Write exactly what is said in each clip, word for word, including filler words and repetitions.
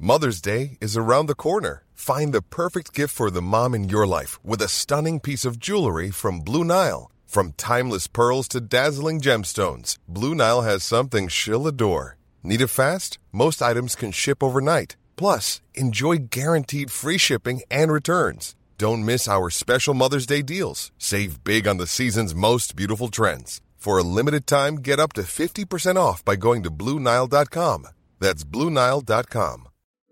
Mother's Day is around the corner. Find the perfect gift for the mom in your life with a stunning piece of jewelry from Blue Nile. From timeless pearls to dazzling gemstones, Blue Nile has something she'll adore. Need it fast? Most items can ship overnight. Plus, enjoy guaranteed free shipping and returns. Don't miss our special Mother's Day deals. Save big on the season's most beautiful trends. For a limited time, get up to fifty percent off by going to Blue Nile dot com. That's Blue Nile dot com.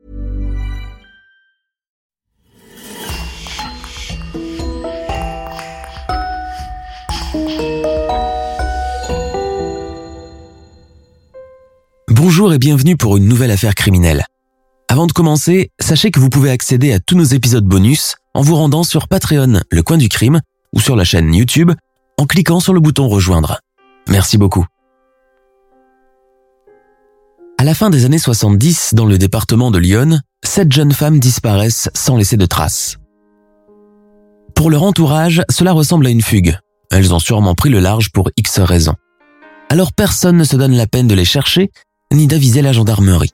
Bonjour et bienvenue pour une nouvelle affaire criminelle. Avant de commencer, sachez que vous pouvez accéder à tous nos épisodes bonus en vous rendant sur Patreon, le coin du crime, ou sur la chaîne YouTube, en cliquant sur le bouton rejoindre. Merci beaucoup. À la fin des années soixante-dix, dans le département de l'Yonne, sept jeunes femmes disparaissent sans laisser de traces. Pour leur entourage, cela ressemble à une fugue. Elles ont sûrement pris le large pour X raisons. Alors personne ne se donne la peine de les chercher, ni d'aviser la gendarmerie.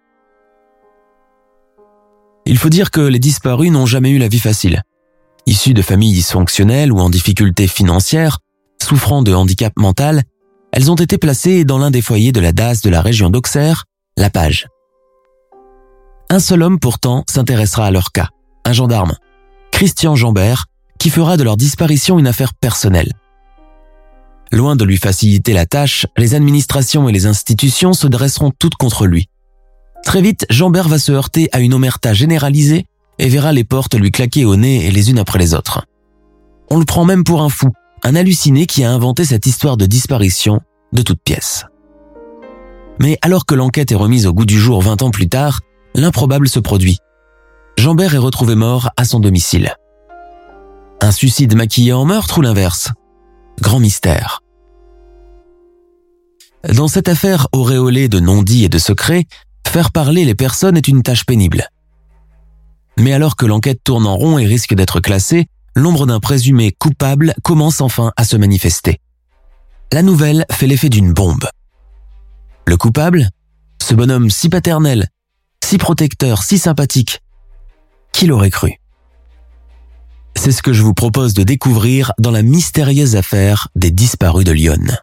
Il faut dire que les disparues n'ont jamais eu la vie facile. Issues de familles dysfonctionnelles ou en difficulté financière, souffrant de handicap mental, elles ont été placées dans l'un des foyers de la D A S de la région d'Auxerre, La Page. Un seul homme pourtant s'intéressera à leur cas, un gendarme, Christian Jambert, qui fera de leur disparition une affaire personnelle. Loin de lui faciliter la tâche, les administrations et les institutions se dresseront toutes contre lui. Très vite, Jambert va se heurter à une omerta généralisée et verra les portes lui claquer au nez et les unes après les autres. On le prend même pour un fou, un halluciné qui a inventé cette histoire de disparition de toutes pièces. Mais alors que l'enquête est remise au goût du jour vingt ans plus tard, l'improbable se produit. Jambert est retrouvé mort à son domicile. Un suicide maquillé en meurtre ou l'inverse ? Grand mystère. Dans cette affaire auréolée de non-dits et de secrets, faire parler les personnes est une tâche pénible. Mais alors que l'enquête tourne en rond et risque d'être classée, l'ombre d'un présumé coupable commence enfin à se manifester. La nouvelle fait l'effet d'une bombe. Le coupable ? Ce bonhomme si paternel, si protecteur, si sympathique. Qui l'aurait cru ? C'est ce que je vous propose de découvrir dans la mystérieuse affaire des disparus de l'Yonne.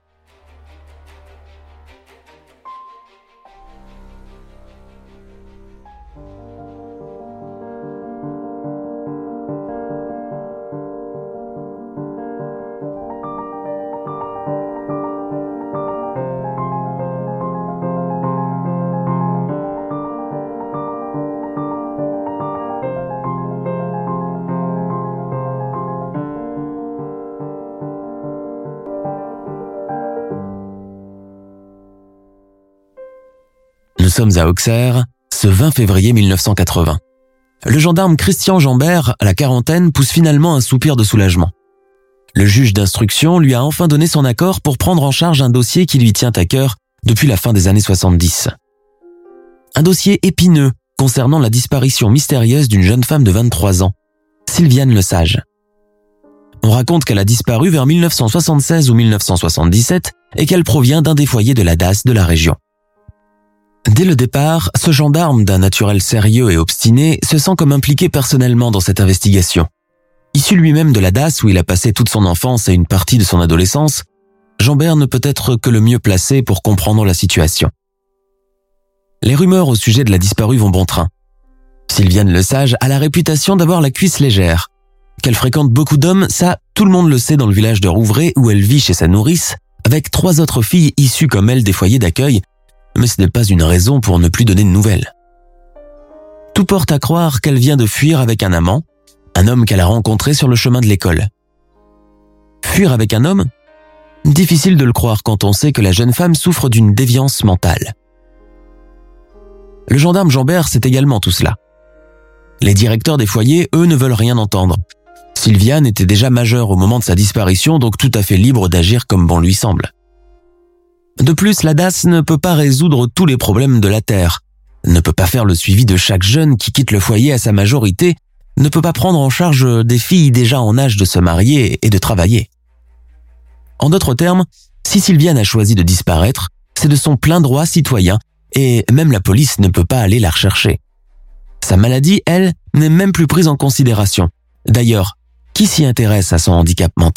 Nous sommes à Auxerre, ce vingt février mille neuf cent quatre-vingts. Le gendarme Christian Jambert, à la quarantaine, pousse finalement un soupir de soulagement. Le juge d'instruction lui a enfin donné son accord pour prendre en charge un dossier qui lui tient à cœur depuis la fin des années soixante-dix. Un dossier épineux concernant la disparition mystérieuse d'une jeune femme de vingt-trois ans, Sylviane Lesage. On raconte qu'elle a disparu vers mille neuf cent soixante-seize ou mille neuf cent soixante-dix-sept et qu'elle provient d'un des foyers de la D A S de la région. Dès le départ, ce gendarme d'un naturel sérieux et obstiné se sent comme impliqué personnellement dans cette investigation. Issu lui-même de la D A S où il a passé toute son enfance et une partie de son adolescence, Jambert ne peut être que le mieux placé pour comprendre la situation. Les rumeurs au sujet de la disparue vont bon train. Sylviane Lesage a la réputation d'avoir la cuisse légère. Qu'elle fréquente beaucoup d'hommes, ça, tout le monde le sait dans le village de Rouvray où elle vit chez sa nourrice, avec trois autres filles issues comme elle des foyers d'accueil, mais ce n'est pas une raison pour ne plus donner de nouvelles. Tout porte à croire qu'elle vient de fuir avec un amant, un homme qu'elle a rencontré sur le chemin de l'école. Fuir avec un homme ? Difficile de le croire quand on sait que la jeune femme souffre d'une déviance mentale. Le gendarme Jambert sait également tout cela. Les directeurs des foyers, eux, ne veulent rien entendre. Sylviane était déjà majeure au moment de sa disparition, donc tout à fait libre d'agir comme bon lui semble. De plus, la D A S ne peut pas résoudre tous les problèmes de la Terre, ne peut pas faire le suivi de chaque jeune qui quitte le foyer à sa majorité, ne peut pas prendre en charge des filles déjà en âge de se marier et de travailler. En d'autres termes, si Sylviane a choisi de disparaître, c'est de son plein droit citoyen et même la police ne peut pas aller la rechercher. Sa maladie, elle, n'est même plus prise en considération. D'ailleurs, qui s'y intéresse à son handicap mental ?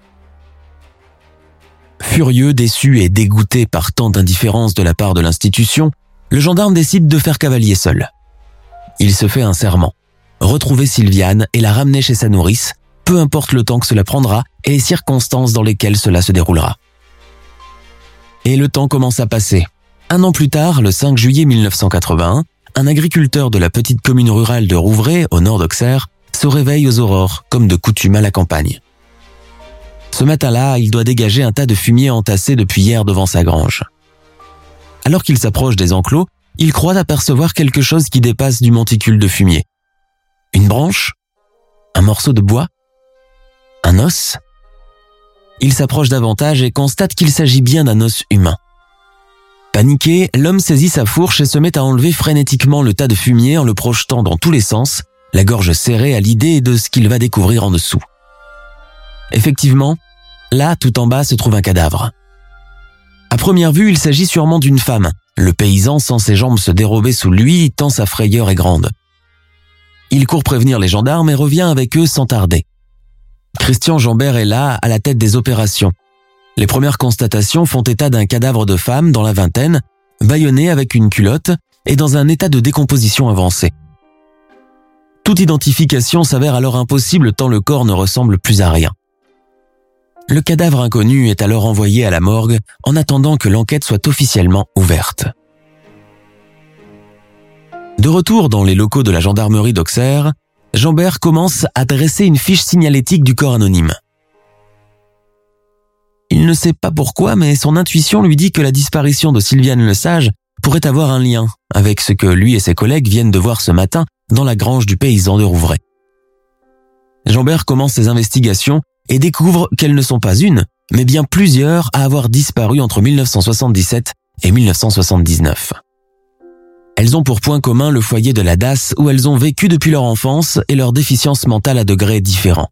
Furieux, déçu et dégoûté par tant d'indifférence de la part de l'institution, le gendarme décide de faire cavalier seul. Il se fait un serment, retrouver Sylviane et la ramener chez sa nourrice, peu importe le temps que cela prendra et les circonstances dans lesquelles cela se déroulera. Et le temps commence à passer. Un an plus tard, le cinq juillet mille neuf cent quatre-vingt-un, un agriculteur de la petite commune rurale de Rouvray, au nord d'Auxerre, se réveille aux aurores, comme de coutume à la campagne. Ce matin-là, il doit dégager un tas de fumier entassé depuis hier devant sa grange. Alors qu'il s'approche des enclos, il croit apercevoir quelque chose qui dépasse du monticule de fumier. Une branche ? Un morceau de bois ? Un os ? Il s'approche davantage et constate qu'il s'agit bien d'un os humain. Paniqué, l'homme saisit sa fourche et se met à enlever frénétiquement le tas de fumier en le projetant dans tous les sens, la gorge serrée à l'idée de ce qu'il va découvrir en dessous. Effectivement, là, tout en bas, se trouve un cadavre. À première vue, il s'agit sûrement d'une femme. Le paysan sent ses jambes se dérober sous lui, tant sa frayeur est grande. Il court prévenir les gendarmes et revient avec eux sans tarder. Christian Jambert est là, à la tête des opérations. Les premières constatations font état d'un cadavre de femme dans la vingtaine, bâillonné avec une culotte et dans un état de décomposition avancé. Toute identification s'avère alors impossible tant le corps ne ressemble plus à rien. Le cadavre inconnu est alors envoyé à la morgue en attendant que l'enquête soit officiellement ouverte. De retour dans les locaux de la gendarmerie d'Auxerre, Jambert commence à dresser une fiche signalétique du corps anonyme. Il ne sait pas pourquoi, mais son intuition lui dit que la disparition de Sylviane Lesage pourrait avoir un lien avec ce que lui et ses collègues viennent de voir ce matin dans la grange du paysan de Rouvray. Jambert commence ses investigations et découvre qu'elles ne sont pas une, mais bien plusieurs à avoir disparu entre mille neuf cent soixante-dix-sept et mille neuf cent soixante-dix-neuf. Elles ont pour point commun le foyer de la D A S où elles ont vécu depuis leur enfance et leur déficience mentale à degrés différents.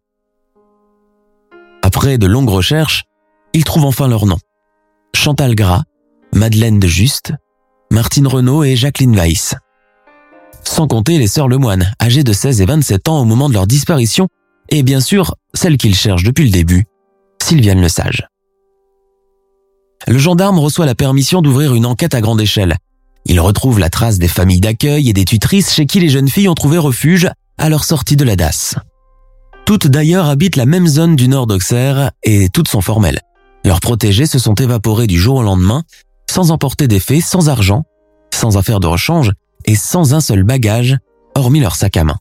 Après de longues recherches, ils trouvent enfin leur nom. Chantal Gras, Madeleine de Juste, Martine Renaud et Jacqueline Weiss. Sans compter les sœurs Lemoine, âgées de seize et vingt-sept ans au moment de leur disparition, et bien sûr, celle qu'ils cherchent depuis le début, Sylviane Lesage. Le gendarme reçoit la permission d'ouvrir une enquête à grande échelle. Il retrouve la trace des familles d'accueil et des tutrices chez qui les jeunes filles ont trouvé refuge à leur sortie de la D A S. Toutes d'ailleurs habitent la même zone du nord d'Auxerre et toutes sont formelles. Leurs protégés se sont évaporés du jour au lendemain, sans emporter d'effets, sans argent, sans affaires de rechange et sans un seul bagage, hormis leur sac à main.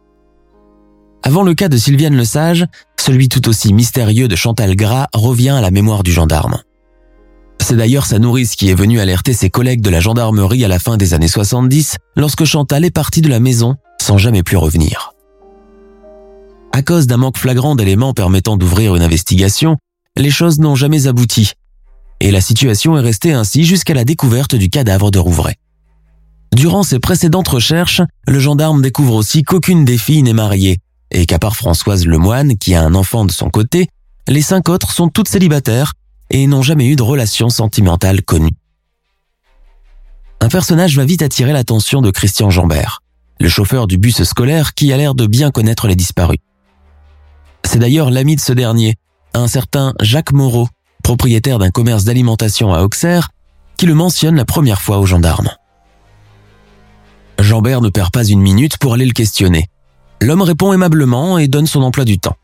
Avant le cas de Sylviane Lesage, celui tout aussi mystérieux de Chantal Gras revient à la mémoire du gendarme. C'est d'ailleurs sa nourrice qui est venue alerter ses collègues de la gendarmerie à la fin des années soixante-dix, lorsque Chantal est partie de la maison sans jamais plus revenir. À cause d'un manque flagrant d'éléments permettant d'ouvrir une investigation, les choses n'ont jamais abouti, et la situation est restée ainsi jusqu'à la découverte du cadavre de Rouvray. Durant ses précédentes recherches, le gendarme découvre aussi qu'aucune des filles n'est mariée, et qu'à part Françoise Lemoine, qui a un enfant de son côté, les cinq autres sont toutes célibataires et n'ont jamais eu de relation sentimentale connue. Un personnage va vite attirer l'attention de Christian Jambert, le chauffeur du bus scolaire qui a l'air de bien connaître les disparus. C'est d'ailleurs l'ami de ce dernier, un certain Jacques Moreau, propriétaire d'un commerce d'alimentation à Auxerre, qui le mentionne la première fois aux gendarmes. Jambert ne perd pas une minute pour aller le questionner. L'homme répond aimablement et donne son emploi du temps.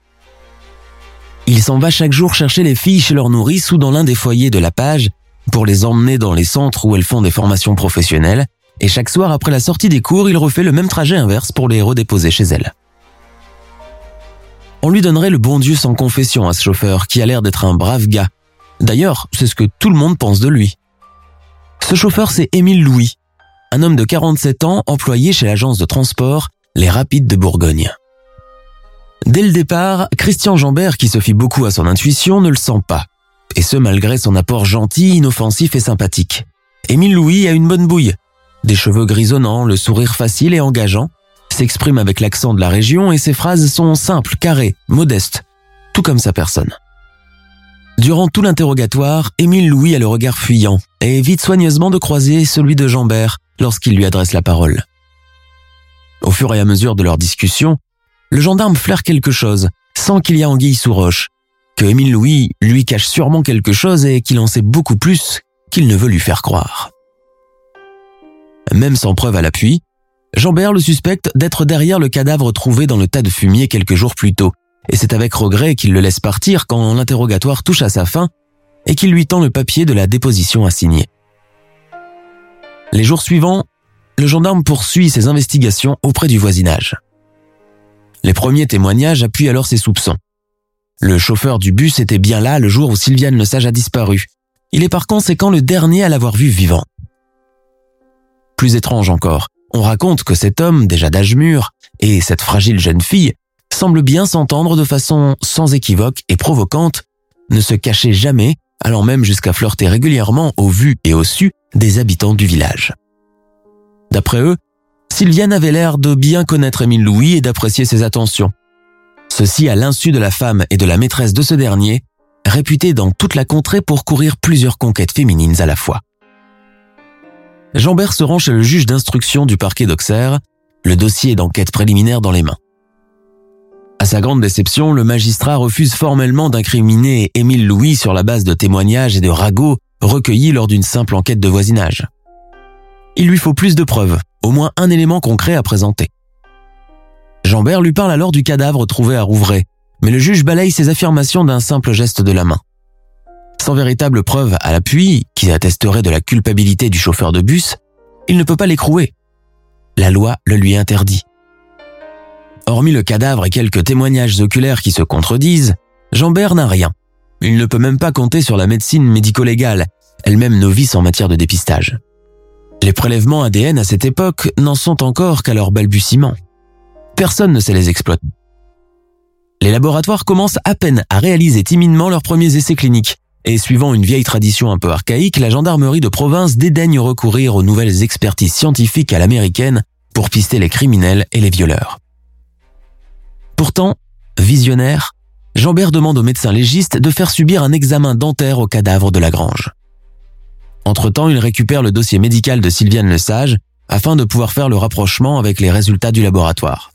Il s'en va chaque jour chercher les filles chez leur nourrice ou dans l'un des foyers de la Page pour les emmener dans les centres où elles font des formations professionnelles, et chaque soir après la sortie des cours, il refait le même trajet inverse pour les redéposer chez elles. On lui donnerait le bon Dieu sans confession à ce chauffeur qui a l'air d'être un brave gars. D'ailleurs, c'est ce que tout le monde pense de lui. Ce chauffeur, c'est Émile Louis, un homme de quarante-sept ans employé chez l'agence de transport Les Rapides de Bourgogne. Dès le départ, Christian Jambert, qui se fie beaucoup à son intuition, ne le sent pas. Et ce, malgré son apport gentil, inoffensif et sympathique. Émile Louis a une bonne bouille. Des cheveux grisonnants, le sourire facile et engageant, s'exprime avec l'accent de la région et ses phrases sont simples, carrées, modestes, tout comme sa personne. Durant tout l'interrogatoire, Émile Louis a le regard fuyant et évite soigneusement de croiser celui de Jambert lorsqu'il lui adresse la parole. fur et à mesure de leur discussion, le gendarme flaire quelque chose, sans qu'il y ait anguille sous roche, que Émile Louis lui cache sûrement quelque chose et qu'il en sait beaucoup plus qu'il ne veut lui faire croire. Même sans preuve à l'appui, Jambert le suspecte d'être derrière le cadavre trouvé dans le tas de fumier quelques jours plus tôt, et c'est avec regret qu'il le laisse partir quand l'interrogatoire touche à sa fin et qu'il lui tend le papier de la déposition à signer. Les jours suivants, le gendarme poursuit ses investigations auprès du voisinage. Les premiers témoignages appuient alors ses soupçons. Le chauffeur du bus était bien là le jour où Sylviane Lesage a disparu. Il est par conséquent le dernier à l'avoir vue vivant. Plus étrange encore, on raconte que cet homme, déjà d'âge mûr, et cette fragile jeune fille, semblent bien s'entendre de façon sans équivoque et provocante, ne se cachaient jamais, allant même jusqu'à flirter régulièrement au vu et au su des habitants du village. D'après eux, Sylviane avait l'air de bien connaître Émile Louis et d'apprécier ses attentions. Ceci à l'insu de la femme et de la maîtresse de ce dernier, réputée dans toute la contrée pour courir plusieurs conquêtes féminines à la fois. Jambert se rend chez le juge d'instruction du parquet d'Auxerre, le dossier d'enquête préliminaire dans les mains. À sa grande déception, le magistrat refuse formellement d'incriminer Émile Louis sur la base de témoignages et de ragots recueillis lors d'une simple enquête de voisinage. Il lui faut plus de preuves, au moins un élément concret à présenter. Jambert lui parle alors du cadavre trouvé à Rouvray, mais le juge balaye ses affirmations d'un simple geste de la main. Sans véritable preuve à l'appui, qui attesterait de la culpabilité du chauffeur de bus, il ne peut pas l'écrouer. La loi le lui interdit. Hormis le cadavre et quelques témoignages oculaires qui se contredisent, Jambert n'a rien. Il ne peut même pas compter sur la médecine médico-légale, elle-même novice en matière de dépistage. Les prélèvements A D N à cette époque n'en sont encore qu'à leur balbutiement. Personne ne sait les exploiter. Les laboratoires commencent à peine à réaliser timidement leurs premiers essais cliniques, et suivant une vieille tradition un peu archaïque, la gendarmerie de province dédaigne recourir aux nouvelles expertises scientifiques à l'américaine pour pister les criminels et les violeurs. Pourtant, visionnaire, Jambert demande au médecin légiste de faire subir un examen dentaire au cadavre de Lagrange. Entre-temps, il récupère le dossier médical de Sylviane Lesage afin de pouvoir faire le rapprochement avec les résultats du laboratoire.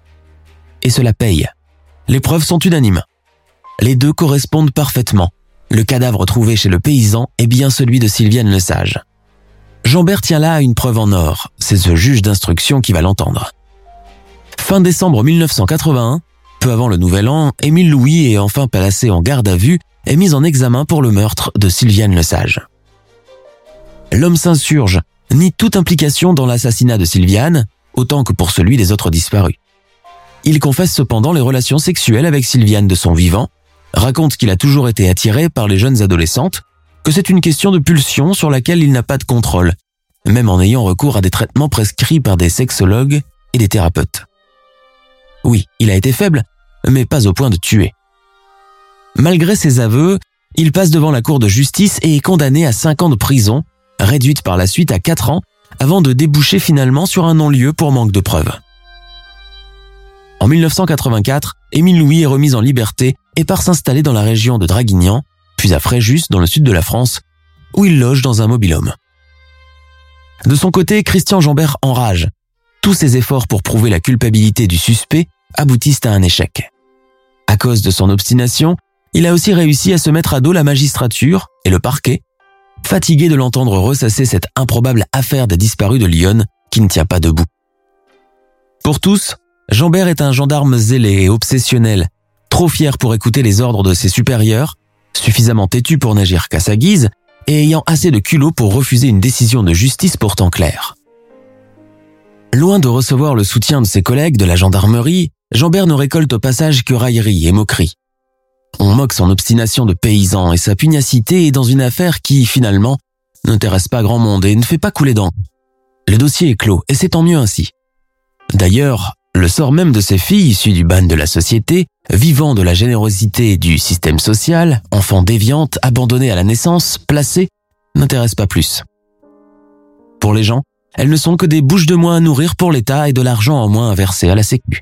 Et cela paye. Les preuves sont unanimes. Les deux correspondent parfaitement. Le cadavre trouvé chez le paysan est bien celui de Sylviane Lesage. Jambert tient là à une preuve en or. C'est ce juge d'instruction qui va l'entendre. Fin décembre mille neuf cent quatre-vingt-un, peu avant le nouvel an, Émile Louis est enfin placé en garde à vue et mis en examen pour le meurtre de Sylviane Lesage. L'homme s'insurge, nie toute implication dans l'assassinat de Sylviane, autant que pour celui des autres disparus. Il confesse cependant les relations sexuelles avec Sylviane de son vivant, raconte qu'il a toujours été attiré par les jeunes adolescentes, que c'est une question de pulsion sur laquelle il n'a pas de contrôle, même en ayant recours à des traitements prescrits par des sexologues et des thérapeutes. Oui, il a été faible, mais pas au point de tuer. Malgré ses aveux, il passe devant la cour de justice et est condamné à cinq ans de prison, réduite par la suite à quatre ans, avant de déboucher finalement sur un non-lieu pour manque de preuves. En mille neuf cent quatre-vingt-quatre, Émile Louis est remis en liberté et part s'installer dans la région de Draguignan, puis à Fréjus, dans le sud de la France, où il loge dans un mobil-home. De son côté, Christian Jambert enrage. Tous ses efforts pour prouver la culpabilité du suspect aboutissent à un échec. À cause de son obstination, il a aussi réussi à se mettre à dos la magistrature et le parquet, fatigué de l'entendre ressasser cette improbable affaire des disparus de Lyon qui ne tient pas debout. Pour tous, Jambert est un gendarme zélé et obsessionnel, trop fier pour écouter les ordres de ses supérieurs, suffisamment têtu pour n'agir qu'à sa guise et ayant assez de culot pour refuser une décision de justice pourtant claire. Loin de recevoir le soutien de ses collègues de la gendarmerie, Jambert ne récolte au passage que railleries et moqueries. On moque son obstination de paysan et sa pugnacité dans une affaire qui, finalement, n'intéresse pas grand monde et ne fait pas couler d'encre. Le dossier est clos et c'est tant mieux ainsi. D'ailleurs, le sort même de ces filles issues du ban de la société, vivant de la générosité du système social, enfants déviantes, abandonnées à la naissance, placées, n'intéresse pas plus. Pour les gens, elles ne sont que des bouches de moins à nourrir pour l'État et de l'argent en moins à verser à la Sécu.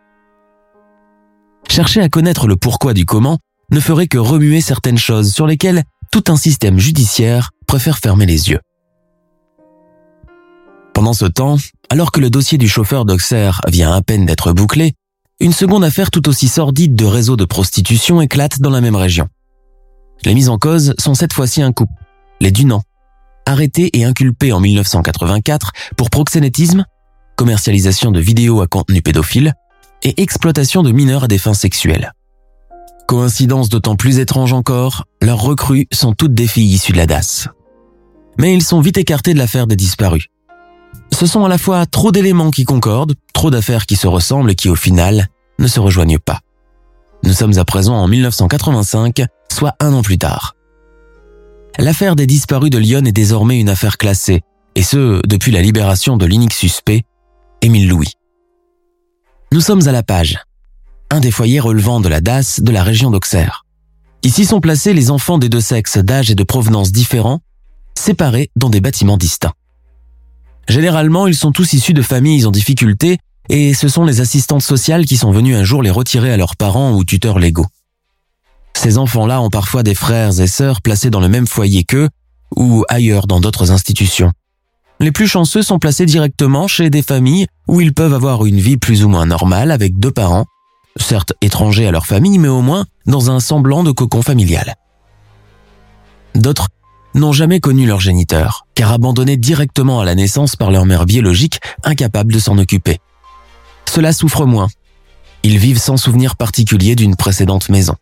Chercher à connaître le pourquoi du comment ne ferait que remuer certaines choses sur lesquelles tout un système judiciaire préfère fermer les yeux. Pendant ce temps, alors que le dossier du chauffeur d'Auxerre vient à peine d'être bouclé, une seconde affaire tout aussi sordide de réseau de prostitution éclate dans la même région. Les mises en cause sont cette fois-ci un couple, les Dunant, arrêtés et inculpés en mille neuf cent quatre-vingt-quatre pour proxénétisme, commercialisation de vidéos à contenu pédophile et exploitation de mineurs à des fins sexuelles. Coïncidence d'autant plus étrange encore, leurs recrues sont toutes des filles issues de la D A S. Mais ils sont vite écartés de l'affaire des disparus. Ce sont à la fois trop d'éléments qui concordent, trop d'affaires qui se ressemblent et qui au final ne se rejoignent pas. Nous sommes à présent en mille neuf cent quatre-vingt-cinq, soit un an plus tard. L'affaire des disparus de Lyon est désormais une affaire classée, et ce, depuis la libération de l'unique suspect, Émile Louis. Nous sommes à La Page, un des foyers relevant de la D A S de la région d'Auxerre. Ici sont placés les enfants des deux sexes d'âge et de provenance différents, séparés dans des bâtiments distincts. Généralement, ils sont tous issus de familles en difficulté et ce sont les assistantes sociales qui sont venues un jour les retirer à leurs parents ou tuteurs légaux. Ces enfants-là ont parfois des frères et sœurs placés dans le même foyer qu'eux ou ailleurs dans d'autres institutions. Les plus chanceux sont placés directement chez des familles où ils peuvent avoir une vie plus ou moins normale avec deux parents, certes étrangers à leur famille mais au moins dans un semblant de cocon familial. D'autres n'ont jamais connu leur géniteur, car abandonnés directement à la naissance par leur mère biologique, incapable de s'en occuper. Ceux-là souffrent moins. Ils vivent sans souvenir particulier d'une précédente maison.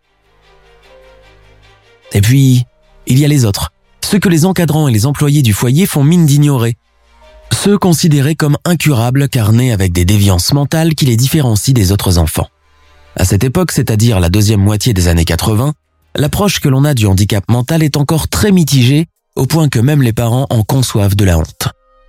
Et puis, il y a les autres, ceux que les encadrants et les employés du foyer font mine d'ignorer. Ceux considérés comme incurables car nés avec des déviances mentales qui les différencient des autres enfants. À cette époque, c'est-à-dire la deuxième moitié des années quatre-vingts, l'approche que l'on a du handicap mental est encore très mitigée, au point que même les parents en conçoivent de la honte.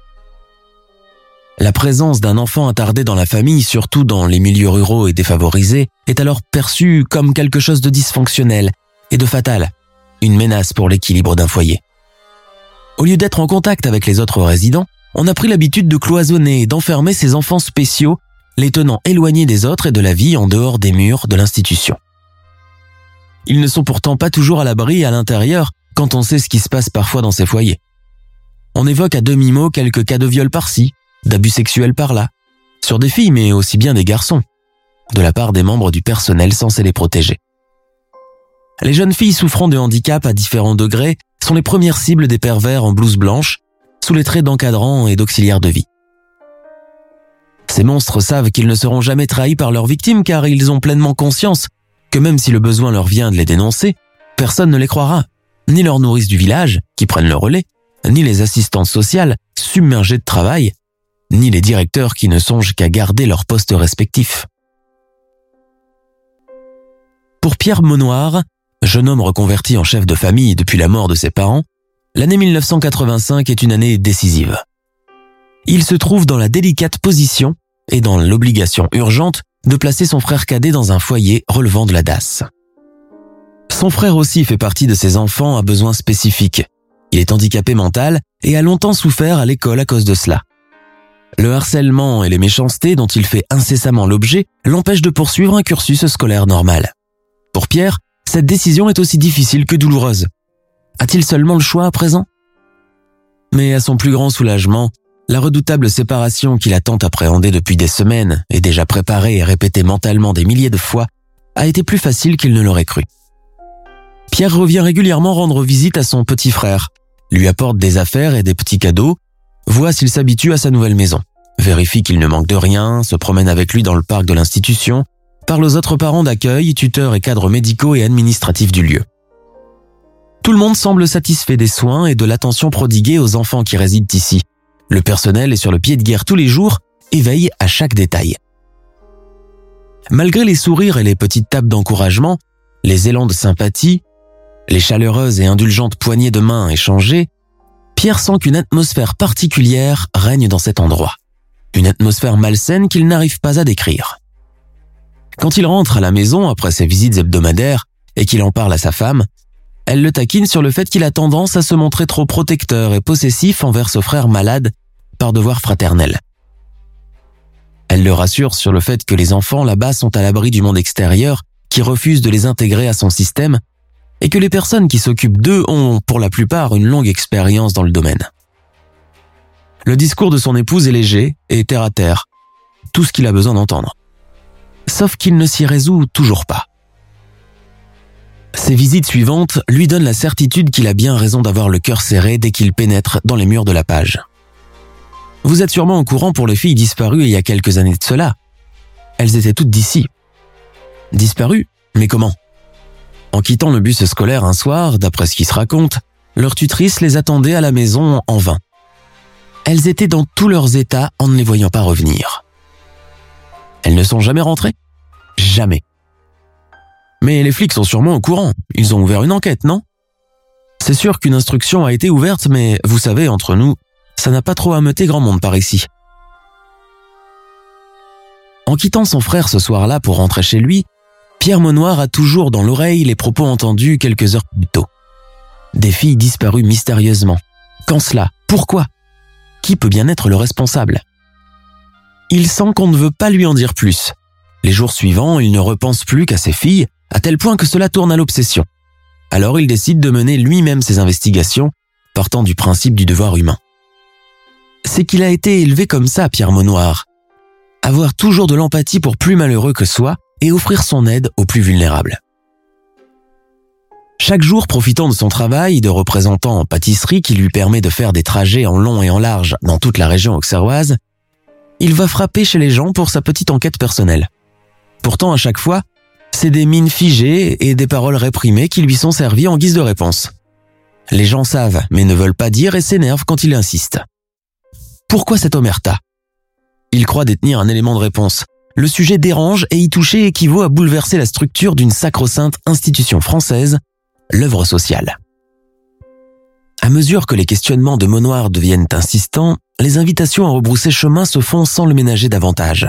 La présence d'un enfant attardé dans la famille, surtout dans les milieux ruraux et défavorisés, est alors perçue comme quelque chose de dysfonctionnel et de fatal, une menace pour l'équilibre d'un foyer. Au lieu d'être en contact avec les autres résidents, on a pris l'habitude de cloisonner et d'enfermer ces enfants spéciaux, les tenant éloignés des autres et de la vie en dehors des murs de l'institution. Ils ne sont pourtant pas toujours à l'abri à l'intérieur quand on sait ce qui se passe parfois dans ces foyers. On évoque à demi-mot quelques cas de viol par-ci, d'abus sexuels par-là, sur des filles mais aussi bien des garçons, de la part des membres du personnel censé les protéger. Les jeunes filles souffrant de handicap à différents degrés sont les premières cibles des pervers en blouse blanche, sous les traits d'encadrants et d'auxiliaires de vie. Ces monstres savent qu'ils ne seront jamais trahis par leurs victimes car ils ont pleinement conscience que même si le besoin leur vient de les dénoncer, personne ne les croira, ni leurs nourrices du village, qui prennent le relais, ni les assistantes sociales, submergées de travail, ni les directeurs qui ne songent qu'à garder leurs postes respectifs. Pour Pierre Monoir, jeune homme reconverti en chef de famille depuis la mort de ses parents, l'année mille neuf cent quatre-vingt-cinq est une année décisive. Il se trouve dans la délicate position et dans l'obligation urgente de placer son frère cadet dans un foyer relevant de la D A S. Son frère aussi fait partie de ces enfants à besoins spécifiques. Il est handicapé mental et a longtemps souffert à l'école à cause de cela. Le harcèlement et les méchancetés dont il fait incessamment l'objet l'empêchent de poursuivre un cursus scolaire normal. Pour Pierre, cette décision est aussi difficile que douloureuse. A-t-il seulement le choix à présent ? Mais à son plus grand soulagement, la redoutable séparation qu'il a tant appréhendée depuis des semaines et déjà préparée et répétée mentalement des milliers de fois a été plus facile qu'il ne l'aurait cru. Pierre revient régulièrement rendre visite à son petit frère, lui apporte des affaires et des petits cadeaux, voit s'il s'habitue à sa nouvelle maison, vérifie qu'il ne manque de rien, se promène avec lui dans le parc de l'institution, parle aux autres parents d'accueil, tuteurs et cadres médicaux et administratifs du lieu. Tout le monde semble satisfait des soins et de l'attention prodiguée aux enfants qui résident ici. Le personnel est sur le pied de guerre tous les jours et veille à chaque détail. Malgré les sourires et les petites tapes d'encouragement, les élans de sympathie, les chaleureuses et indulgentes poignées de main échangées, Pierre sent qu'une atmosphère particulière règne dans cet endroit. Une atmosphère malsaine qu'il n'arrive pas à décrire. Quand il rentre à la maison après ses visites hebdomadaires et qu'il en parle à sa femme, elle le taquine sur le fait qu'il a tendance à se montrer trop protecteur et possessif envers ce frère malade par devoir fraternel. Elle le rassure sur le fait que les enfants là-bas sont à l'abri du monde extérieur qui refuse de les intégrer à son système et que les personnes qui s'occupent d'eux ont, pour la plupart, une longue expérience dans le domaine. Le discours de son épouse est léger et terre à terre, tout ce qu'il a besoin d'entendre. Sauf qu'il ne s'y résout toujours pas. Ses visites suivantes lui donnent la certitude qu'il a bien raison d'avoir le cœur serré dès qu'il pénètre dans les murs de la page. Vous êtes sûrement au courant pour les filles disparues il y a quelques années de cela. Elles étaient toutes d'ici. Disparues? Mais comment? En quittant le bus scolaire un soir, d'après ce qui se raconte, leur tutrice les attendait à la maison en vain. Elles étaient dans tous leurs états en ne les voyant pas revenir. Elles ne sont jamais rentrées? Jamais. Mais les flics sont sûrement au courant. Ils ont ouvert une enquête, non? C'est sûr qu'une instruction a été ouverte, mais vous savez, entre nous, ça n'a pas trop ameuté grand monde par ici. En quittant son frère ce soir-là pour rentrer chez lui, Pierre Maunoir a toujours dans l'oreille les propos entendus quelques heures plus tôt. Des filles disparues mystérieusement. Quand cela? Pourquoi? Qui peut bien être le responsable? Il sent qu'on ne veut pas lui en dire plus. Les jours suivants, il ne repense plus qu'à ses filles, à tel point que cela tourne à l'obsession. Alors il décide de mener lui-même ses investigations, partant du principe du devoir humain. C'est qu'il a été élevé comme ça, Pierre Maunoir. Avoir toujours de l'empathie pour plus malheureux que soi et offrir son aide aux plus vulnérables. Chaque jour, profitant de son travail de représentant en pâtisserie qui lui permet de faire des trajets en long et en large dans toute la région auxerroise, il va frapper chez les gens pour sa petite enquête personnelle. Pourtant, à chaque fois, c'est des mines figées et des paroles réprimées qui lui sont servies en guise de réponse. Les gens savent, mais ne veulent pas dire et s'énervent quand il insiste. Pourquoi cette omerta? Il croit détenir un élément de réponse. Le sujet dérange et y toucher équivaut à bouleverser la structure d'une sacro-sainte institution française, l'œuvre sociale. À mesure que les questionnements de Maunoir deviennent insistants, les invitations à rebrousser chemin se font sans le ménager davantage.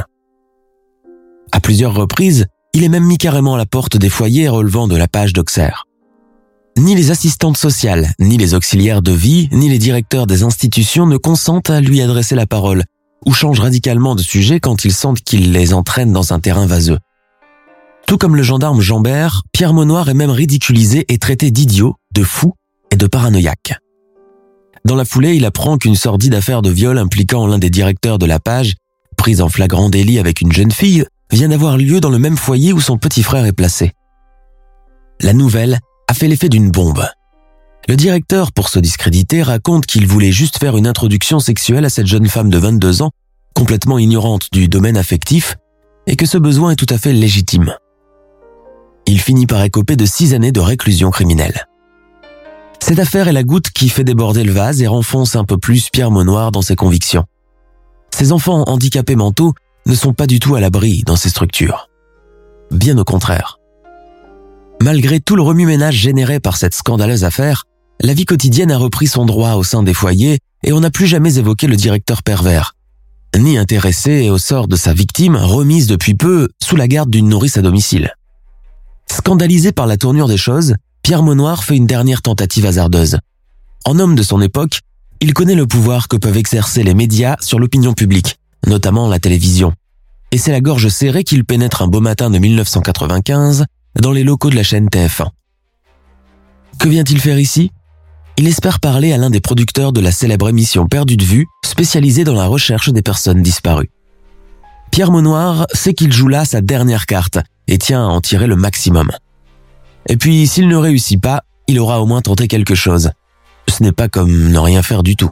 À plusieurs reprises, il est même mis carrément à la porte des foyers relevant de la page d'Auxerre. Ni les assistantes sociales, ni les auxiliaires de vie, ni les directeurs des institutions ne consentent à lui adresser la parole, ou changent radicalement de sujet quand ils sentent qu'il les entraîne dans un terrain vaseux. Tout comme le gendarme Jambert, Pierre Maunoir est même ridiculisé et traité d'idiot, de fou et de paranoïaque. Dans la foulée, il apprend qu'une sordide affaire de viol impliquant l'un des directeurs de la page, prise en flagrant délit avec une jeune fille, vient d'avoir lieu dans le même foyer où son petit frère est placé. La nouvelle a fait l'effet d'une bombe. Le directeur, pour se discréditer, raconte qu'il voulait juste faire une introduction sexuelle à cette jeune femme de vingt-deux ans, complètement ignorante du domaine affectif, et que ce besoin est tout à fait légitime. Il finit par écoper de six années de réclusion criminelle. Cette affaire est la goutte qui fait déborder le vase et renfonce un peu plus Pierre Maunoir dans ses convictions. Ces enfants handicapés mentaux ne sont pas du tout à l'abri dans ces structures. Bien au contraire. Malgré tout le remue-ménage généré par cette scandaleuse affaire, la vie quotidienne a repris son droit au sein des foyers et on n'a plus jamais évoqué le directeur pervers, ni intéressé au sort de sa victime remise depuis peu sous la garde d'une nourrice à domicile. Scandalisé par la tournure des choses, Pierre Maunoir fait une dernière tentative hasardeuse. En homme de son époque, il connaît le pouvoir que peuvent exercer les médias sur l'opinion publique, notamment la télévision. Et c'est la gorge serrée qu'il pénètre un beau matin de mille neuf cent quatre-vingt-quinze dans les locaux de la chaîne T F un. Que vient-il faire ici? Il espère parler à l'un des producteurs de la célèbre émission Perdu de vue, spécialisée dans la recherche des personnes disparues. Pierre Maunoir sait qu'il joue là sa dernière carte et tient à en tirer le maximum. Et puis, s'il ne réussit pas, il aura au moins tenté quelque chose. Ce n'est pas comme ne rien faire du tout.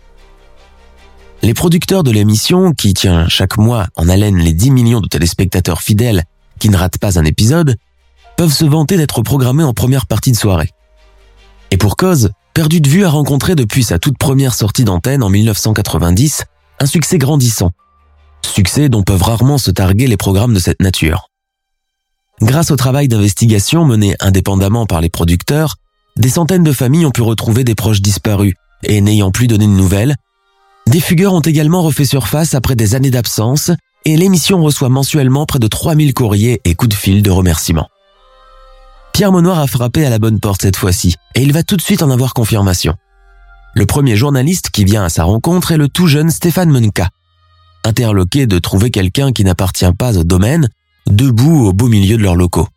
Les producteurs de l'émission, qui tient chaque mois en haleine les dix millions de téléspectateurs fidèles qui ne ratent pas un épisode, peuvent se vanter d'être programmés en première partie de soirée. Et pour cause, Perdu de vue a rencontré depuis sa toute première sortie d'antenne en mille neuf cent quatre-vingt-dix un succès grandissant. Succès dont peuvent rarement se targuer les programmes de cette nature. Grâce au travail d'investigation mené indépendamment par les producteurs, des centaines de familles ont pu retrouver des proches disparus et n'ayant plus donné de nouvelles, des fugueurs ont également refait surface après des années d'absence et l'émission reçoit mensuellement près de trois mille courriers et coups de fil de remerciements. Pierre Maunoir a frappé à la bonne porte cette fois-ci et il va tout de suite en avoir confirmation. Le premier journaliste qui vient à sa rencontre est le tout jeune Stéphane Menka. Interloqué de trouver quelqu'un qui n'appartient pas au domaine, debout au beau milieu de leurs locaux.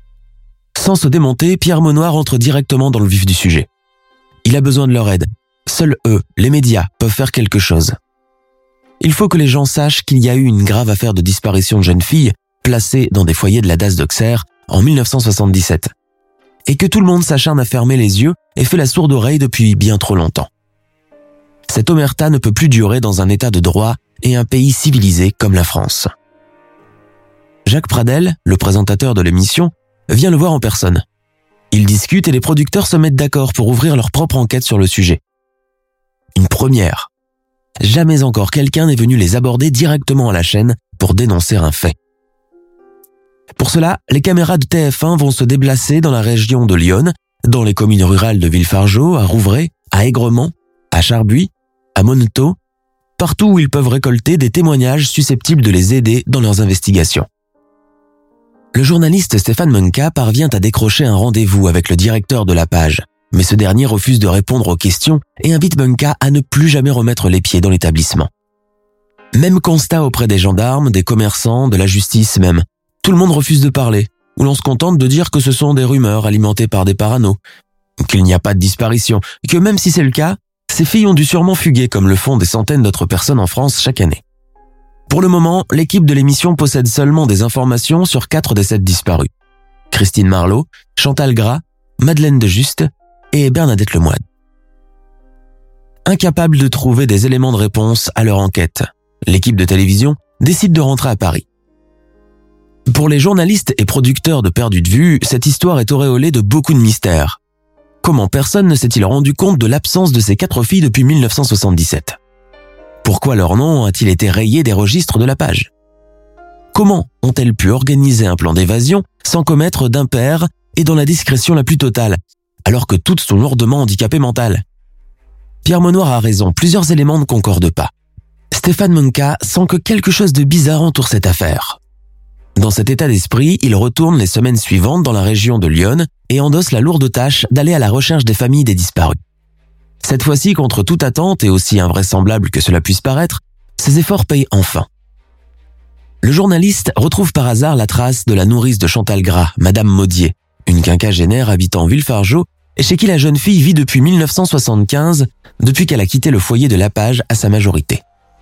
Sans se démonter, Pierre Maunoir entre directement dans le vif du sujet. Il a besoin de leur aide. seuls eux, les médias, peuvent faire quelque chose. Il faut que les gens sachent qu'il y a eu une grave affaire de disparition de jeunes filles placées dans des foyers de la D A S d'Auxerre en mille neuf cent soixante-dix-sept. Et que tout le monde s'acharne à fermer les yeux et fait la sourde oreille depuis bien trop longtemps. Cette omerta ne peut plus durer dans un état de droit et un pays civilisé comme la France. Jacques Pradel, le présentateur de l'émission, vient le voir en personne. Ils discutent et les producteurs se mettent d'accord pour ouvrir leur propre enquête sur le sujet. Une première. Jamais encore quelqu'un n'est venu les aborder directement à la chaîne pour dénoncer un fait. Pour cela, les caméras de T F un vont se déplacer dans la région de Lyon, dans les communes rurales de Villefargeau, à Rouvray, à Aigremont, à Charbuy, à Monnetot, partout où ils peuvent récolter des témoignages susceptibles de les aider dans leurs investigations. Le journaliste Stéphane Menka parvient à décrocher un rendez-vous avec le directeur de la page, mais ce dernier refuse de répondre aux questions et invite Menka à ne plus jamais remettre les pieds dans l'établissement. Même constat auprès des gendarmes, des commerçants, de la justice même. Tout le monde refuse de parler, ou l'on se contente de dire que ce sont des rumeurs alimentées par des paranos, qu'il n'y a pas de disparition, et que même si c'est le cas, ces filles ont dû sûrement fuguer comme le font des centaines d'autres personnes en France chaque année. Pour le moment, l'équipe de l'émission possède seulement des informations sur quatre des sept disparues. Christine Marlot, Chantal Gras, Madeleine de Juste et Bernadette Lemoine. Incapable de trouver des éléments de réponse à leur enquête, l'équipe de télévision décide de rentrer à Paris. Pour les journalistes et producteurs de Perdu de vue, cette histoire est auréolée de beaucoup de mystères. Comment personne ne s'est-il rendu compte de l'absence de ces quatre filles depuis mille neuf cent soixante-dix-sept ? Pourquoi leur nom a-t-il été rayé des registres de la page ? Comment ont-elles pu organiser un plan d'évasion sans commettre d'impair et dans la discrétion la plus totale, alors que toutes sont lourdement handicapées mentales ? Pierre Monnoir a raison, plusieurs éléments ne concordent pas. Stéphane Menka sent que quelque chose de bizarre entoure cette affaire. Dans cet état d'esprit, il retourne les semaines suivantes dans la région de Lyon et endosse la lourde tâche d'aller à la recherche des familles des disparus. Cette fois-ci, contre toute attente et aussi invraisemblable que cela puisse paraître, ses efforts payent enfin. Le journaliste retrouve par hasard la trace de la nourrice de Chantal Gras, Madame Maudier, une quinquagénaire habitant Villefargeau et chez qui la jeune fille vit depuis mille neuf cent soixante-quinze, depuis qu'elle a quitté le foyer de la page à sa majorité.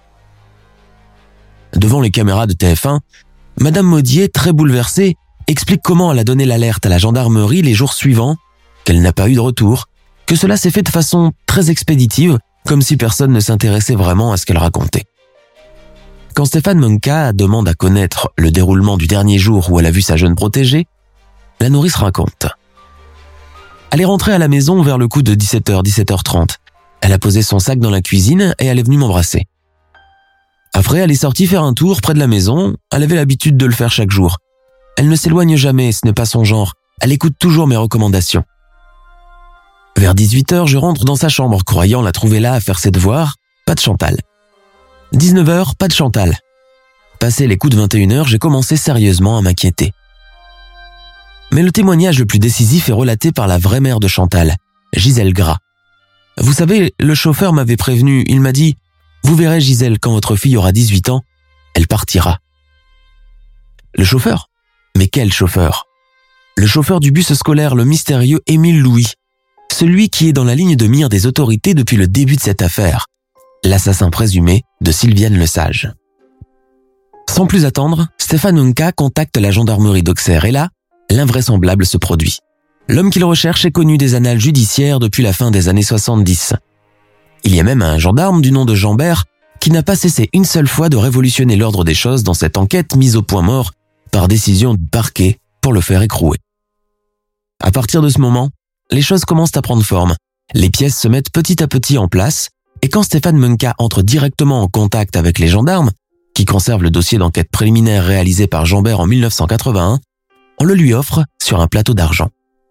Devant les caméras de T F un, Madame Maudier, très bouleversée, explique comment elle a donné l'alerte à la gendarmerie les jours suivants, qu'elle n'a pas eu de retour, que cela s'est fait de façon très expéditive, comme si personne ne s'intéressait vraiment à ce qu'elle racontait. Quand Stéphane Menka demande à connaître le déroulement du dernier jour où elle a vu sa jeune protégée, la nourrice raconte. Elle est rentrée à la maison vers le coup de dix-sept heures, dix-sept heures trente. Elle a posé son sac dans la cuisine et elle est venue m'embrasser. Après, elle est sortie faire un tour près de la maison. Elle avait l'habitude de le faire chaque jour. Elle ne s'éloigne jamais, ce n'est pas son genre. Elle écoute toujours mes recommandations. Vers dix-huit heures, je rentre dans sa chambre, croyant la trouver là à faire ses devoirs. Pas de Chantal. dix-neuf heures, pas de Chantal. Passé les coups de vingt et une heures, j'ai commencé sérieusement à m'inquiéter. Mais le témoignage le plus décisif est relaté par la vraie mère de Chantal, Gisèle Gras. Vous savez, le chauffeur m'avait prévenu, il m'a dit « Vous verrez Gisèle, quand votre fille aura dix-huit ans, elle partira. » Le chauffeur ? Mais quel chauffeur ? Le chauffeur du bus scolaire, le mystérieux Émile Louis. Celui qui est dans la ligne de mire des autorités depuis le début de cette affaire. L'assassin présumé de Sylviane Lesage. Sans plus attendre, Stéphane Menka contacte la gendarmerie d'Auxerre et là, l'invraisemblable se produit. L'homme qu'il recherche est connu des annales judiciaires depuis la fin des années soixante-dix. Il y a même un gendarme du nom de Jambert qui n'a pas cessé une seule fois de révolutionner l'ordre des choses dans cette enquête mise au point mort par décision du parquet pour le faire écrouer. À partir de ce moment, les choses commencent à prendre forme. Les pièces se mettent petit à petit en place et quand Stéphane Menka entre directement en contact avec les gendarmes, qui conservent le dossier d'enquête préliminaire réalisé par Jambert en mille neuf cent quatre-vingt-un, on le lui offre sur un plateau d'argent.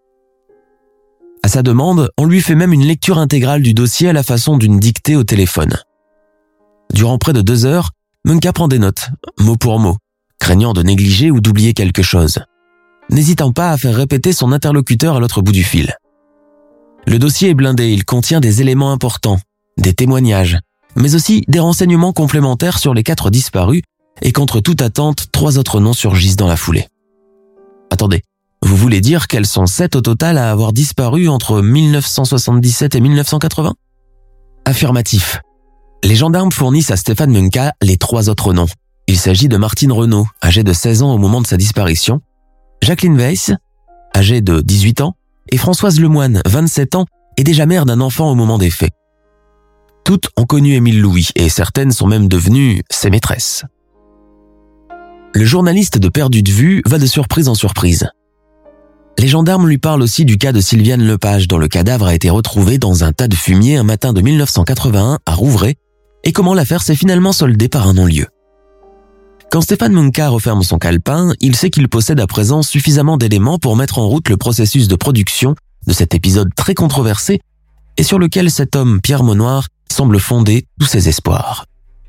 À sa demande, on lui fait même une lecture intégrale du dossier à la façon d'une dictée au téléphone. Durant près de deux heures, Menka prend des notes, mot pour mot, craignant de négliger ou d'oublier quelque chose, n'hésitant pas à faire répéter son interlocuteur à l'autre bout du fil. Le dossier est blindé, il contient des éléments importants, des témoignages, mais aussi des renseignements complémentaires sur les quatre disparus et contre toute attente, trois autres noms surgissent dans la foulée. Attendez, vous voulez dire qu'elles sont sept au total à avoir disparu entre mille neuf cent soixante-dix-sept et mille neuf cent quatre-vingts ? Affirmatif. Les gendarmes fournissent à Stéphane Munka les trois autres noms. Il s'agit de Martine Renaud, âgée de seize ans au moment de sa disparition, Jacqueline Weiss, âgée de dix-huit ans, et Françoise Lemoine, vingt-sept ans, et déjà mère d'un enfant au moment des faits. Toutes ont connu Émile Louis, et certaines sont même devenues ses maîtresses. Le journaliste de Perdu de vue va de surprise en surprise. Les gendarmes lui parlent aussi du cas de Sylviane Lepage, dont le cadavre a été retrouvé dans un tas de fumier un matin de mille neuf cent quatre-vingt-un à Rouvray, et comment l'affaire s'est finalement soldée par un non-lieu. Quand Stéphane Munka referme son calepin, il sait qu'il possède à présent suffisamment d'éléments pour mettre en route le processus de production de cet épisode très controversé et sur lequel cet homme, Pierre Maunoir, semble fonder tous ses espoirs.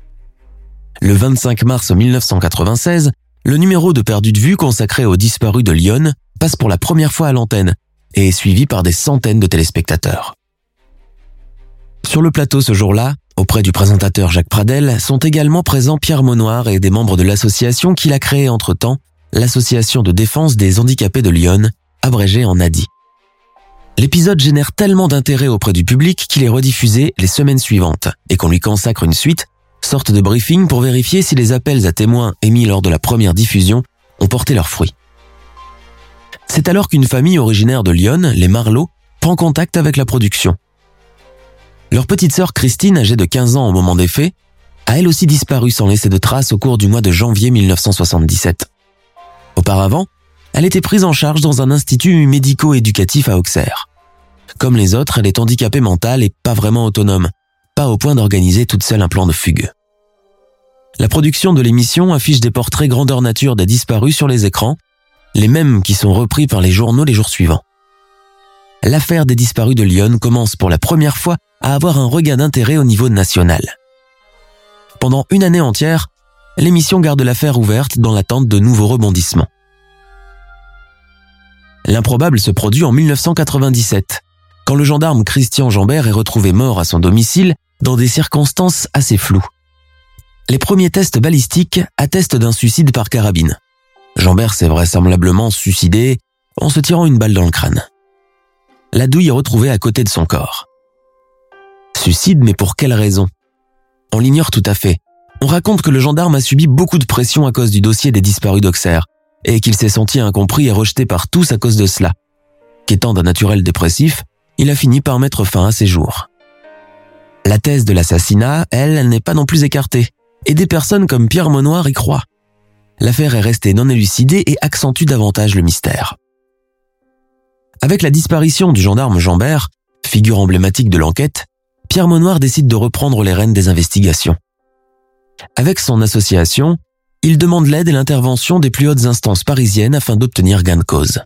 Le vingt-cinq mars mille neuf cent quatre-vingt-seize, le numéro de Perdu de vue consacré aux disparus de Lyon passe pour la première fois à l'antenne et est suivi par des centaines de téléspectateurs. Sur le plateau ce jour-là, auprès du présentateur Jacques Pradel, sont également présents Pierre Maunoir et des membres de l'association qu'il a créée entre-temps, l'Association de défense des handicapés de Lyon, abrégée en A D I. L'épisode génère tellement d'intérêt auprès du public qu'il est rediffusé les semaines suivantes et qu'on lui consacre une suite, sorte de briefing pour vérifier si les appels à témoins émis lors de la première diffusion ont porté leurs fruits. C'est alors qu'une famille originaire de Lyon, les Marleau, prend contact avec la production. Leur petite sœur Christine, âgée de quinze ans au moment des faits, a elle aussi disparu sans laisser de traces au cours du mois de janvier mille neuf cent soixante-dix-sept. Auparavant, elle était prise en charge dans un institut médico-éducatif à Auxerre. Comme les autres, elle est handicapée mentale et pas vraiment autonome, pas au point d'organiser toute seule un plan de fugue. La production de l'émission affiche des portraits grandeur nature des disparus sur les écrans, les mêmes qui sont repris par les journaux les jours suivants. L'affaire des disparus de Lyon commence pour la première fois à avoir un regain d'intérêt au niveau national. Pendant une année entière, l'émission garde l'affaire ouverte dans l'attente de nouveaux rebondissements. L'improbable se produit en mille neuf cent quatre-vingt-dix-sept, quand le gendarme Christian Jambert est retrouvé mort à son domicile dans des circonstances assez floues. Les premiers tests balistiques attestent d'un suicide par carabine. Jambert s'est vraisemblablement suicidé en se tirant une balle dans le crâne. La douille est retrouvée à côté de son corps. Suicide, mais pour quelle raison? On l'ignore tout à fait. On raconte que le gendarme a subi beaucoup de pression à cause du dossier des disparus d'Auxerre et qu'il s'est senti incompris et rejeté par tous à cause de cela. Qu'étant d'un naturel dépressif, il a fini par mettre fin à ses jours. La thèse de l'assassinat, elle, elle n'est pas non plus écartée, et des personnes comme Pierre Maunoir y croient. L'affaire est restée non élucidée et accentue davantage le mystère. Avec la disparition du gendarme Jambert, figure emblématique de l'enquête, Pierre Maunoir décide de reprendre les rênes des investigations. Avec son association, il demande l'aide et l'intervention des plus hautes instances parisiennes afin d'obtenir gain de cause.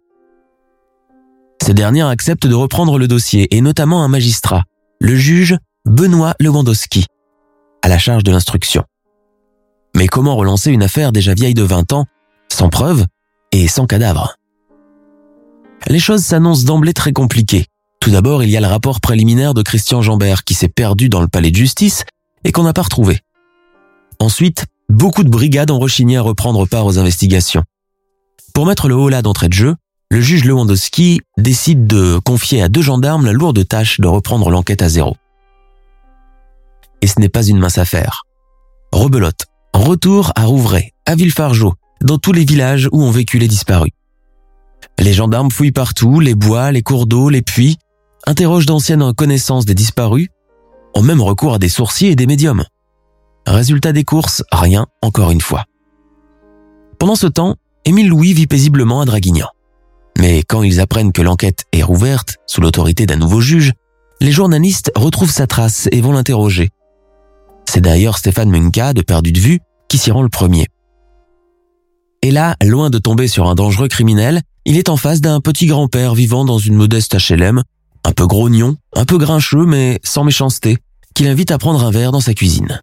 Ces dernières acceptent de reprendre le dossier et notamment un magistrat, le juge Benoît Lewandowski, à la charge de l'instruction. Mais comment relancer une affaire déjà vieille de vingt ans, sans preuve et sans cadavre? Les choses s'annoncent d'emblée très compliquées. Tout d'abord, il y a le rapport préliminaire de Christian Jambert qui s'est perdu dans le palais de justice et qu'on n'a pas retrouvé. Ensuite, beaucoup de brigades ont rechigné à reprendre part aux investigations. Pour mettre le holà d'entrée de jeu, le juge Lewandowski décide de confier à deux gendarmes la lourde tâche de reprendre l'enquête à zéro. Et ce n'est pas une mince affaire. Rebelote, retour à Rouvray, à Villefargeau, dans tous les villages où ont vécu les disparus. Les gendarmes fouillent partout, les bois, les cours d'eau, les puits, interrogent d'anciennes connaissances des disparus, ont même recours à des sourciers et des médiums. Résultat des courses, rien encore une fois. Pendant ce temps, Émile Louis vit paisiblement à Draguignan. Mais quand ils apprennent que l'enquête est rouverte, sous l'autorité d'un nouveau juge, les journalistes retrouvent sa trace et vont l'interroger. C'est d'ailleurs Stéphane Munka, de Perdu de vue, qui s'y rend le premier. Et là, loin de tomber sur un dangereux criminel, il est en face d'un petit grand-père vivant dans une modeste H L M, un peu grognon, un peu grincheux, mais sans méchanceté, qui l'invite à prendre un verre dans sa cuisine.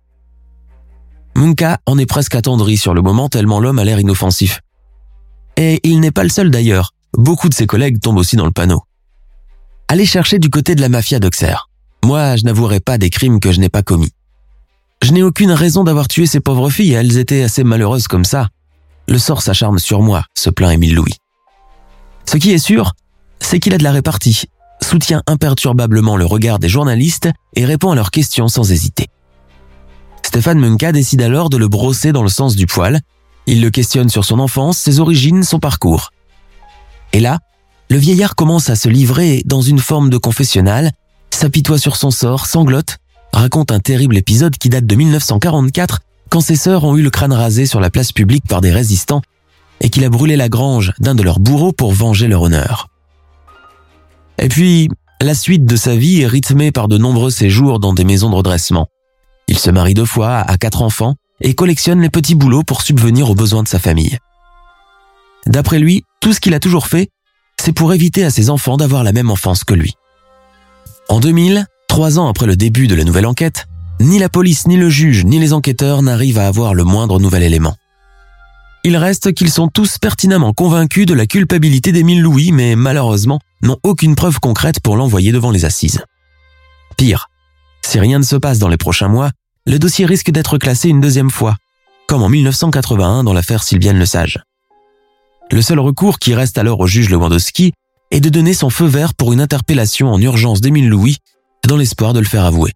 Munka en est presque attendri sur le moment tellement l'homme a l'air inoffensif. Et il n'est pas le seul d'ailleurs, beaucoup de ses collègues tombent aussi dans le panneau. Allez chercher du côté de la mafia d'Auxerre. Moi, je n'avouerai pas des crimes que je n'ai pas commis. Je n'ai aucune raison d'avoir tué ces pauvres filles, elles étaient assez malheureuses comme ça. Le sort s'acharne sur moi, se plaint Émile Louis. Ce qui est sûr, c'est qu'il a de la répartie. soutient imperturbablement le regard des journalistes et répond à leurs questions sans hésiter. Stéphane Munka décide alors de le brosser dans le sens du poil. Il le questionne sur son enfance, ses origines, son parcours. Et là, le vieillard commence à se livrer dans une forme de confessionnal, s'apitoie sur son sort, sanglote, raconte un terrible épisode qui date de mille neuf cent quarante-quatre, quand ses sœurs ont eu le crâne rasé sur la place publique par des résistants et qu'il a brûlé la grange d'un de leurs bourreaux pour venger leur honneur. Et puis, la suite de sa vie est rythmée par de nombreux séjours dans des maisons de redressement. Il se marie deux fois, a quatre enfants et collectionne les petits boulots pour subvenir aux besoins de sa famille. D'après lui, tout ce qu'il a toujours fait, c'est pour éviter à ses enfants d'avoir la même enfance que lui. En deux mille, trois ans après le début de la nouvelle enquête, ni la police, ni le juge, ni les enquêteurs n'arrivent à avoir le moindre nouvel élément. Il reste qu'ils sont tous pertinemment convaincus de la culpabilité d'Émile Louis, mais malheureusement n'ont aucune preuve concrète pour l'envoyer devant les assises. Pire, si rien ne se passe dans les prochains mois, le dossier risque d'être classé une deuxième fois, comme en mille neuf cent quatre-vingt-un dans l'affaire Sylviane Lesage. Le seul recours qui reste alors au juge Lewandowski est de donner son feu vert pour une interpellation en urgence d'Émile Louis, dans l'espoir de le faire avouer.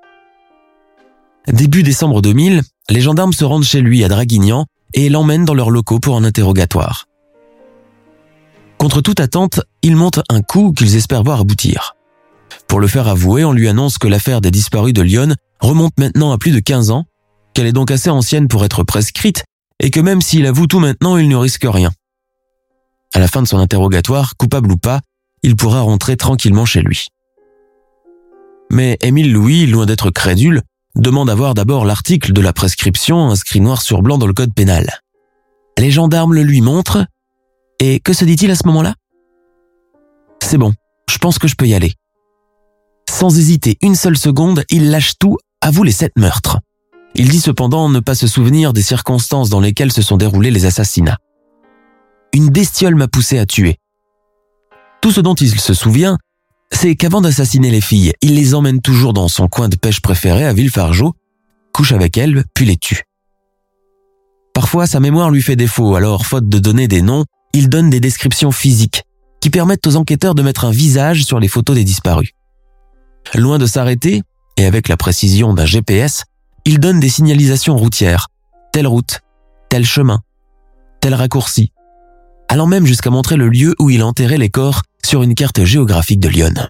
Début décembre deux mille, les gendarmes se rendent chez lui à Draguignan et l'emmènent dans leurs locaux pour un interrogatoire. Contre toute attente, ils montent un coup qu'ils espèrent voir aboutir. Pour le faire avouer, on lui annonce que l'affaire des disparus de Lyon remonte maintenant à plus de quinze ans, qu'elle est donc assez ancienne pour être prescrite et que même s'il avoue tout maintenant, il ne risque rien. À la fin de son interrogatoire, coupable ou pas, il pourra rentrer tranquillement chez lui. Mais Émile Louis, loin d'être crédule, demande à voir d'abord l'article de la prescription inscrit noir sur blanc dans le code pénal. Les gendarmes le lui montrent, et que se dit-il à ce moment-là ? C'est bon, je pense que je peux y aller. Sans hésiter une seule seconde, il lâche tout, avoue les sept meurtres. Il dit cependant ne pas se souvenir des circonstances dans lesquelles se sont déroulés les assassinats. Une bestiole m'a poussé à tuer. Tout ce dont il se souvient, c'est qu'avant d'assassiner les filles, il les emmène toujours dans son coin de pêche préféré à Villefargeau, couche avec elles, puis les tue. Parfois, sa mémoire lui fait défaut, alors, faute de donner des noms, il donne des descriptions physiques qui permettent aux enquêteurs de mettre un visage sur les photos des disparus. Loin de s'arrêter, et avec la précision d'un G P S, il donne des signalisations routières, telle route, tel chemin, tel raccourci, allant même jusqu'à montrer le lieu où il enterrait les corps sur une carte géographique de Lyon.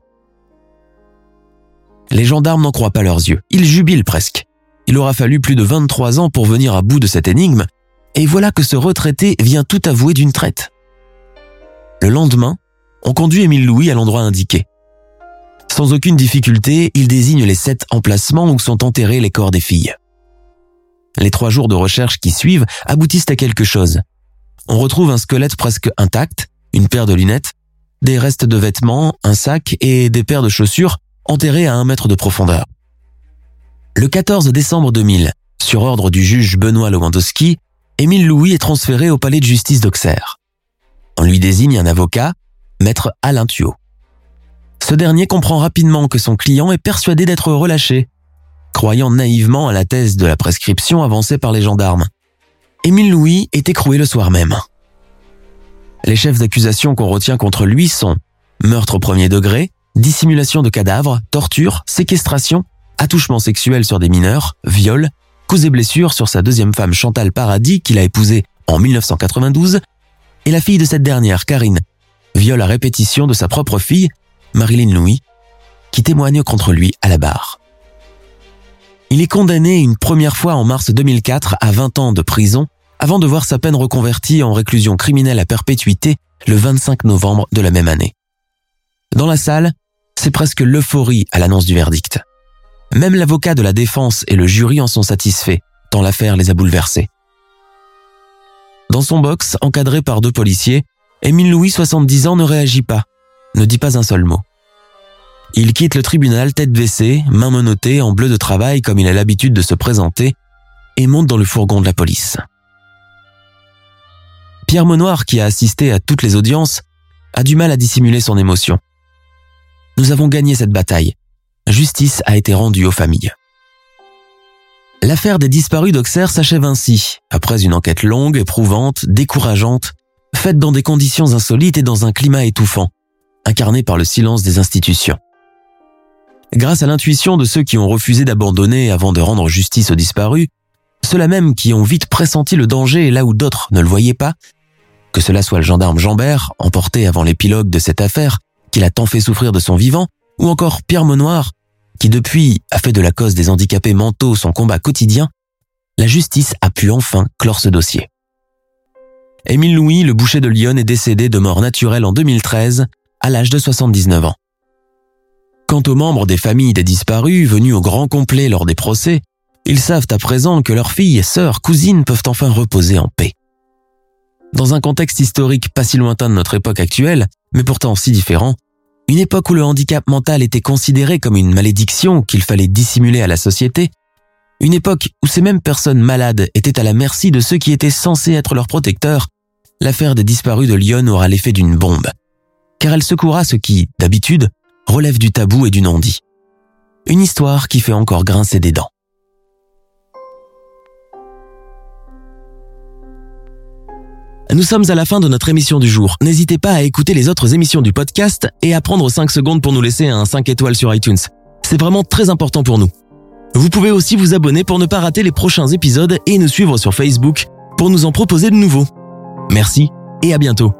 Les gendarmes n'en croient pas leurs yeux, ils jubilent presque. Il aura fallu plus de vingt-trois ans pour venir à bout de cette énigme, et voilà que ce retraité vient tout avouer d'une traite. Le lendemain, on conduit Émile Louis à l'endroit indiqué. Sans aucune difficulté, il désigne les sept emplacements où sont enterrés les corps des filles. Les trois jours de recherche qui suivent aboutissent à quelque chose. On retrouve un squelette presque intact, une paire de lunettes, des restes de vêtements, un sac et des paires de chaussures enterrés à un mètre de profondeur. Le quatorze décembre deux mille, sur ordre du juge Benoît Lewandowski, Émile Louis est transféré au palais de justice d'Auxerre. On lui désigne un avocat, maître Alain Thuot. Ce dernier comprend rapidement que son client est persuadé d'être relâché, croyant naïvement à la thèse de la prescription avancée par les gendarmes. Émile Louis est écroué le soir même. Les chefs d'accusation qu'on retient contre lui sont meurtre au premier degré, dissimulation de cadavres, torture, séquestration, attouchement sexuel sur des mineurs, viol, coups et blessures sur sa deuxième femme Chantal Paradis qu'il a épousée en mille neuf cent quatre-vingt-douze, et la fille de cette dernière, Karine, viol à répétition de sa propre fille, Marilyn Louis, qui témoigne contre lui à la barre. Il est condamné une première fois en mars deux mille quatre à vingt ans de prison avant de voir sa peine reconvertie en réclusion criminelle à perpétuité le vingt-cinq novembre de la même année. Dans la salle, c'est presque l'euphorie à l'annonce du verdict. Même l'avocat de la défense et le jury en sont satisfaits, tant l'affaire les a bouleversés. Dans son box, encadré par deux policiers, Émile Louis, soixante-dix ans, ne réagit pas, ne dit pas un seul mot. Il quitte le tribunal tête baissée, mains menottées, en bleu de travail comme il a l'habitude de se présenter, et monte dans le fourgon de la police. Pierre Maunoir, qui a assisté à toutes les audiences, a du mal à dissimuler son émotion. Nous avons gagné cette bataille. Justice a été rendue aux familles. L'affaire des disparus d'Auxerre s'achève ainsi, après une enquête longue, éprouvante, décourageante, faite dans des conditions insolites et dans un climat étouffant. incarné par le silence des institutions. Grâce à l'intuition de ceux qui ont refusé d'abandonner avant de rendre justice aux disparus, ceux-là même qui ont vite pressenti le danger là où d'autres ne le voyaient pas, que cela soit le gendarme Jambert, emporté avant l'épilogue de cette affaire, qu'il a tant fait souffrir de son vivant, ou encore Pierre Monnoir, qui depuis a fait de la cause des handicapés mentaux son combat quotidien, la justice a pu enfin clore ce dossier. Émile Louis, le boucher de Lyon, est décédé de mort naturelle en deux mille treize, à l'âge de soixante-dix-neuf ans. Quant aux membres des familles des disparus venus au grand complet lors des procès, ils savent à présent que leurs filles, sœurs, cousines peuvent enfin reposer en paix. Dans un contexte historique pas si lointain de notre époque actuelle, mais pourtant si différent, une époque où le handicap mental était considéré comme une malédiction qu'il fallait dissimuler à la société, une époque où ces mêmes personnes malades étaient à la merci de ceux qui étaient censés être leurs protecteurs, l'affaire des disparus de Lyon aura l'effet d'une bombe, car elle secouera ce qui, d'habitude, relève du tabou et du non-dit. Une histoire qui fait encore grincer des dents. Nous sommes à la fin de notre émission du jour. N'hésitez pas à écouter les autres émissions du podcast et à prendre cinq secondes pour nous laisser un cinq étoiles sur iTunes. C'est vraiment très important pour nous. Vous pouvez aussi vous abonner pour ne pas rater les prochains épisodes et nous suivre sur Facebook pour nous en proposer de nouveaux. Merci et à bientôt.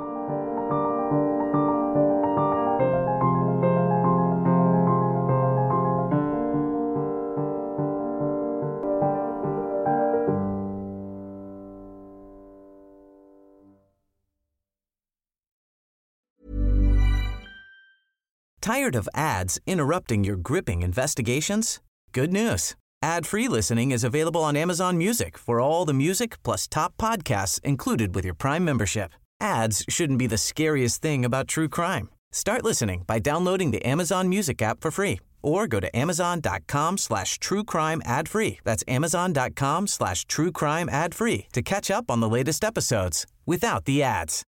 Tired of ads interrupting your gripping investigations? Good news. Ad-free listening is available on Amazon Music for all the music plus top podcasts included with your Prime membership. Ads shouldn't be the scariest thing about true crime. Start listening by downloading the Amazon Music app for free or go to amazon.com slash true crime ad free. That's amazon.com slash true crime ad free to catch up on the latest episodes without the ads.